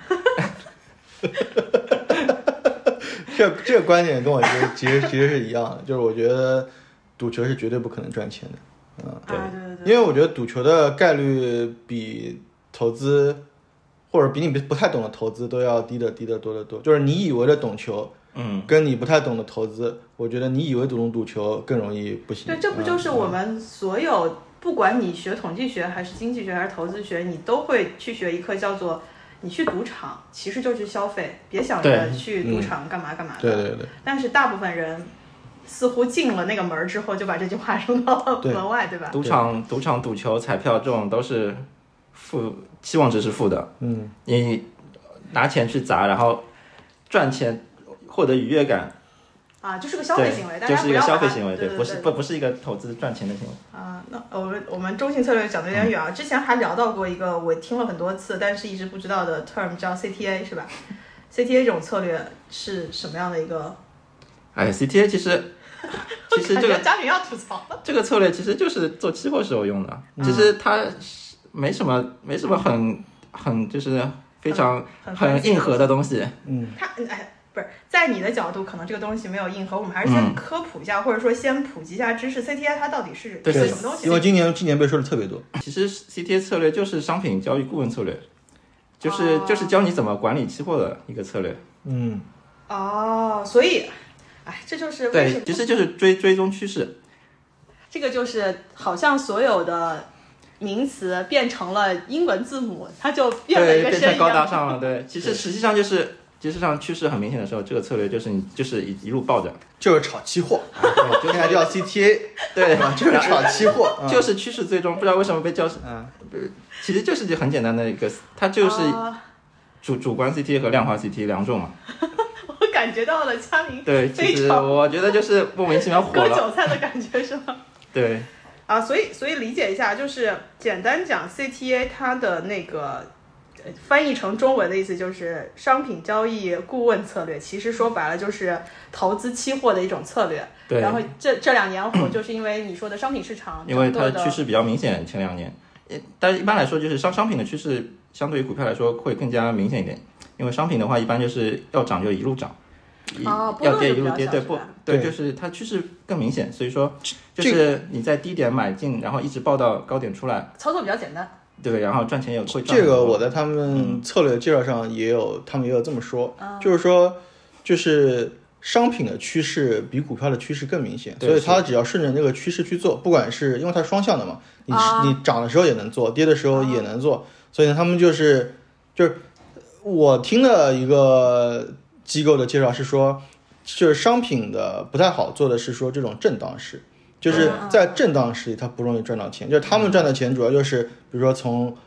这个观点跟我其实是一样的，就是我觉得赌球是绝对不可能赚钱的， 对， 因为我觉得赌球的概率比投资或者比你不太懂的投资都要低得多得多。就是你以为的懂球，跟你不太懂的投资，我觉得你以为懂赌球更容易不行。 对，这不就是我们所有，不管你学统计学还是经济学还是投资学，你都会去学一课叫做。你去赌场其实就是消费，别想着去赌场干嘛干嘛的。 对。 但是大部分人似乎进了那个门之后，就把这句话扔到了门外，对吧？ 赌场、赌球、彩票这种都是负，期望值是负的。你拿钱去砸，然后赚钱获得愉悦感。 就是个消费行为，大家就是一个消费行为， 对， 不是一个投资赚钱的行为那我们中性策略讲的有点远之前还聊到过一个我听了很多次，但是一直不知道的 term 叫 CTA 是吧？CTA 这种策略是什么样的一个 ？CTA 其实这个嘉宾要吐槽了。 这个策略其实就是做期货时候用的，其实它没什么很就是非常很硬核的东西。 它不是在你的角度，可能这个东西没有硬核，我们还是先科普一下，或者说先普及一下知识。CTA 它到底是什么东西？ 因为今年被说的特别多。 其实 CTA 策略就是商品交易顾问策略，就是教你怎么管理期货的一个策略。 所以，这就是为什么对，其实就是追踪趋势。 这个就是好像所有的名词变成了英文字母，它就变了一个声音， 变成高大上了。对，其实实际上就是。其实上趋势很明显的时候，这个策略就是你就是一路抱着， 就是炒期货，对，现在叫 CTA， 对吧？就是炒期货， 就是趋势最终不知道为什么被叫，其实就是很简单的一个，它就是主观 CTA 和量化 CTA 两种嘛。 我感觉到了嘉明对，其实我觉得就是莫名其妙火了， 割韭菜的感觉是吗？ 对， 所以理解一下，就是简单讲 CTA 它的那个。翻译成中文的意思就是商品交易顾问策略，其实说白了就是投资期货的一种策略。 对。 然后这2年火，就是因为你说的商品市场， 因为它趋势比较明显，前2年。但是一般来说，就是商品的趋势相对于股票来说会更加明显一点，因为商品的话一般就是要涨就一路涨，要跌一路跌，对，就是它趋势更明显，所以说就是你在低点买进，然后一直抱到高点出来， 操作比较简单。 对，然后赚钱会赚。 这个我在他们策略介绍上也有，他们也有这么说，就是说，就是商品的趋势比股票的趋势更明显，所以它只要顺着那个趋势去做，不管是因为它是双向的嘛，你涨的时候也能做，跌的时候也能做，所以呢，他们就是我听的一个机构的介绍是说，就是商品的不太好做的是说这种震荡式。就是在震荡时它不容易赚到钱，就是他们赚的钱主要就是比如说从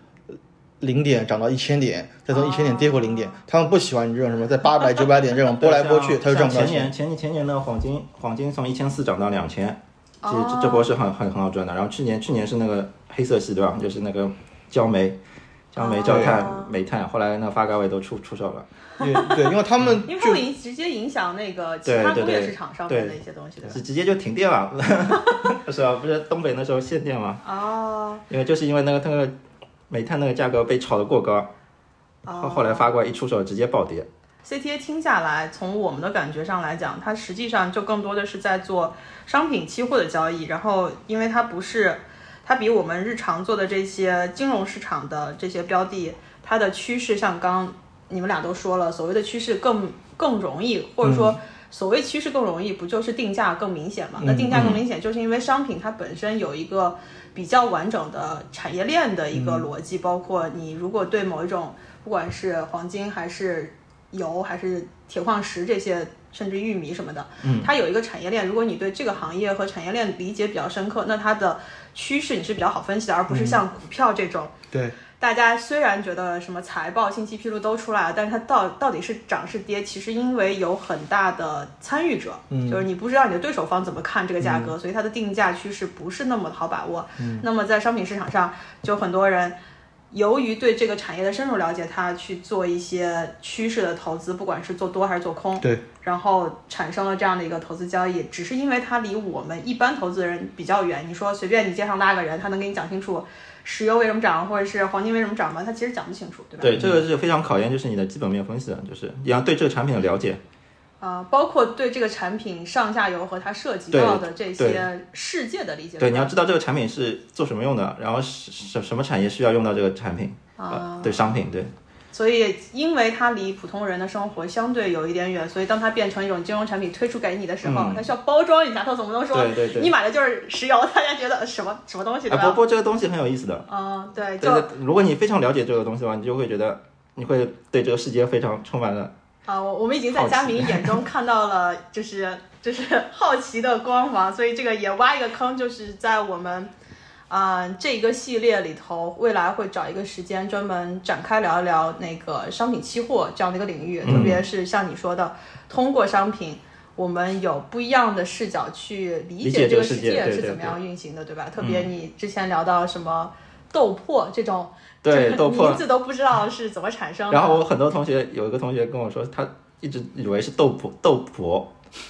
0点涨到1000点，再从1000点跌回0点，他们不喜欢你这种什么在800、900点这种波来波去，他就赚不到钱。 前年的黄金从1400涨到2000，其实这波是很好赚的。然后去年是那个黑色系对吧？就是那个焦煤、焦炭、煤炭，后来那发改委都出手了。 对，因为他们因为会直接影响那个其他工业市场上面的一些东西，对吧？ 是直接就停电了，是吧？不是东北那时候限电吗？因为那个煤炭那个价格被炒得过高，后来发过来一出手直接暴跌。 CTA 听下来，从我们的感觉上来讲，它实际上就更多的是在做商品期货的交易，然后因为它比我们日常做的这些金融市场的这些标的，它的趋势像刚你们俩都说了，所谓的趋势更容易，或者说所谓趋势更容易，不就是定价更明显吗？那定价更明显，就是因为商品它本身有一个比较完整的产业链的一个逻辑，包括你如果对某一种，不管是黄金还是油还是铁矿石这些，甚至玉米什么的，它有一个产业链。如果你对这个行业和产业链理解比较深刻，那它的趋势你是比较好分析的，而不是像股票这种。 对。 大家虽然觉得什么财报、信息披露都出来了，但是它到底是涨是跌，其实因为有很大的参与者，就是你不知道你的对手方怎么看这个价格，所以它的定价趋势不是那么好把握。那么在商品市场上，就很多人由于对这个产业的深入了解，他去做一些趋势的投资，不管是做多还是做空， 对， 然后产生了这样的一个投资交易，只是因为它离我们一般投资人比较远。你说随便你街上拉个人，他能给你讲清楚石油为什么涨，或者是黄金为什么涨吗？他其实讲不清楚，对吧？ 对，这个是非常考验就是你的基本面分析的，就是你要对这个产品的了解。 包括对这个产品上下游和它涉及到的这些世界的理解。 对，你要知道这个产品是做什么用的，然后什么产业需要用到这个产品对商品，对。 所以因为它离普通人的生活相对有一点远，所以当它变成一种金融产品推出给你的时候，它需要包装一下，它总不能说对你买的就是石油，大家觉得什么东西，对吧？ 不过这个东西很有意思的。 对， 如果你非常了解这个东西的话，你就会觉得你会对这个世界非常充满了我们已经在佳明眼中看到了就是好奇的光芒，所以这个也挖一个坑，就是在我们这个系列里头，未来会找一个时间专门展开聊一聊那个商品期货这样的一个领域，特别是像你说的，通过商品我们有不一样的视角去理解这个世界是怎么样运行的，对吧？特别你之前聊到什么豆粕这种， 对，豆粕名字都不知道是怎么产生的。 然后我很多同学有一个同学跟我说，他一直以为是豆粕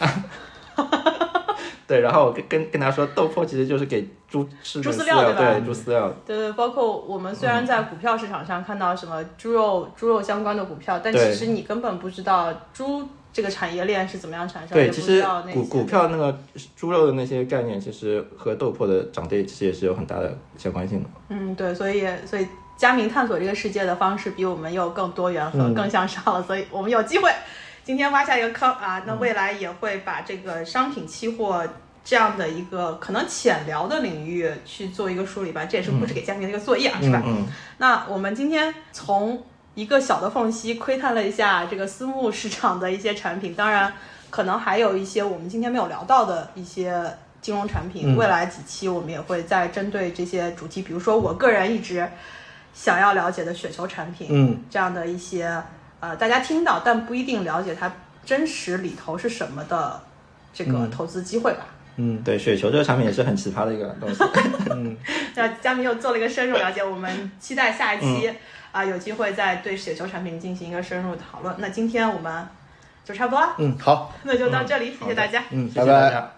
对，然后我跟他说，豆粕其实就是给猪吃的饲料，对吧？ 对，猪饲料。 对，包括我们虽然在股票市场上看到什么猪肉相关的股票，但其实你根本不知道猪这个产业链是怎么样产生的。 对，其实股票那个猪肉的那些概念，其实和豆粕的涨跌其实也是有很大的相关性的。 对，所以佳明探索这个世界的方式比我们又更多元和更向上了，所以我们有机会今天挖下一个坑那未来也会把这个商品期货这样的一个可能浅聊的领域去做一个梳理吧，这也是布置给佳明的一个作业是吧？那我们今天从一个小的缝隙窥探了一下这个私募市场的一些产品，当然可能还有一些我们今天没有聊到的一些金融产品，未来几期我们也会再针对这些主题，比如说我个人一直想要了解的雪球产品，这样的一些大家听到但不一定了解它真实里头是什么的这个投资机会吧。 对，雪球这个产品也是很奇葩的一个东西。 那佳明又做了一个深入了解，我们期待下一期有机会再对雪球产品进行一个深入讨论。那今天我们就差不多了。 好， 那就到这里，谢谢大家。 谢谢大家。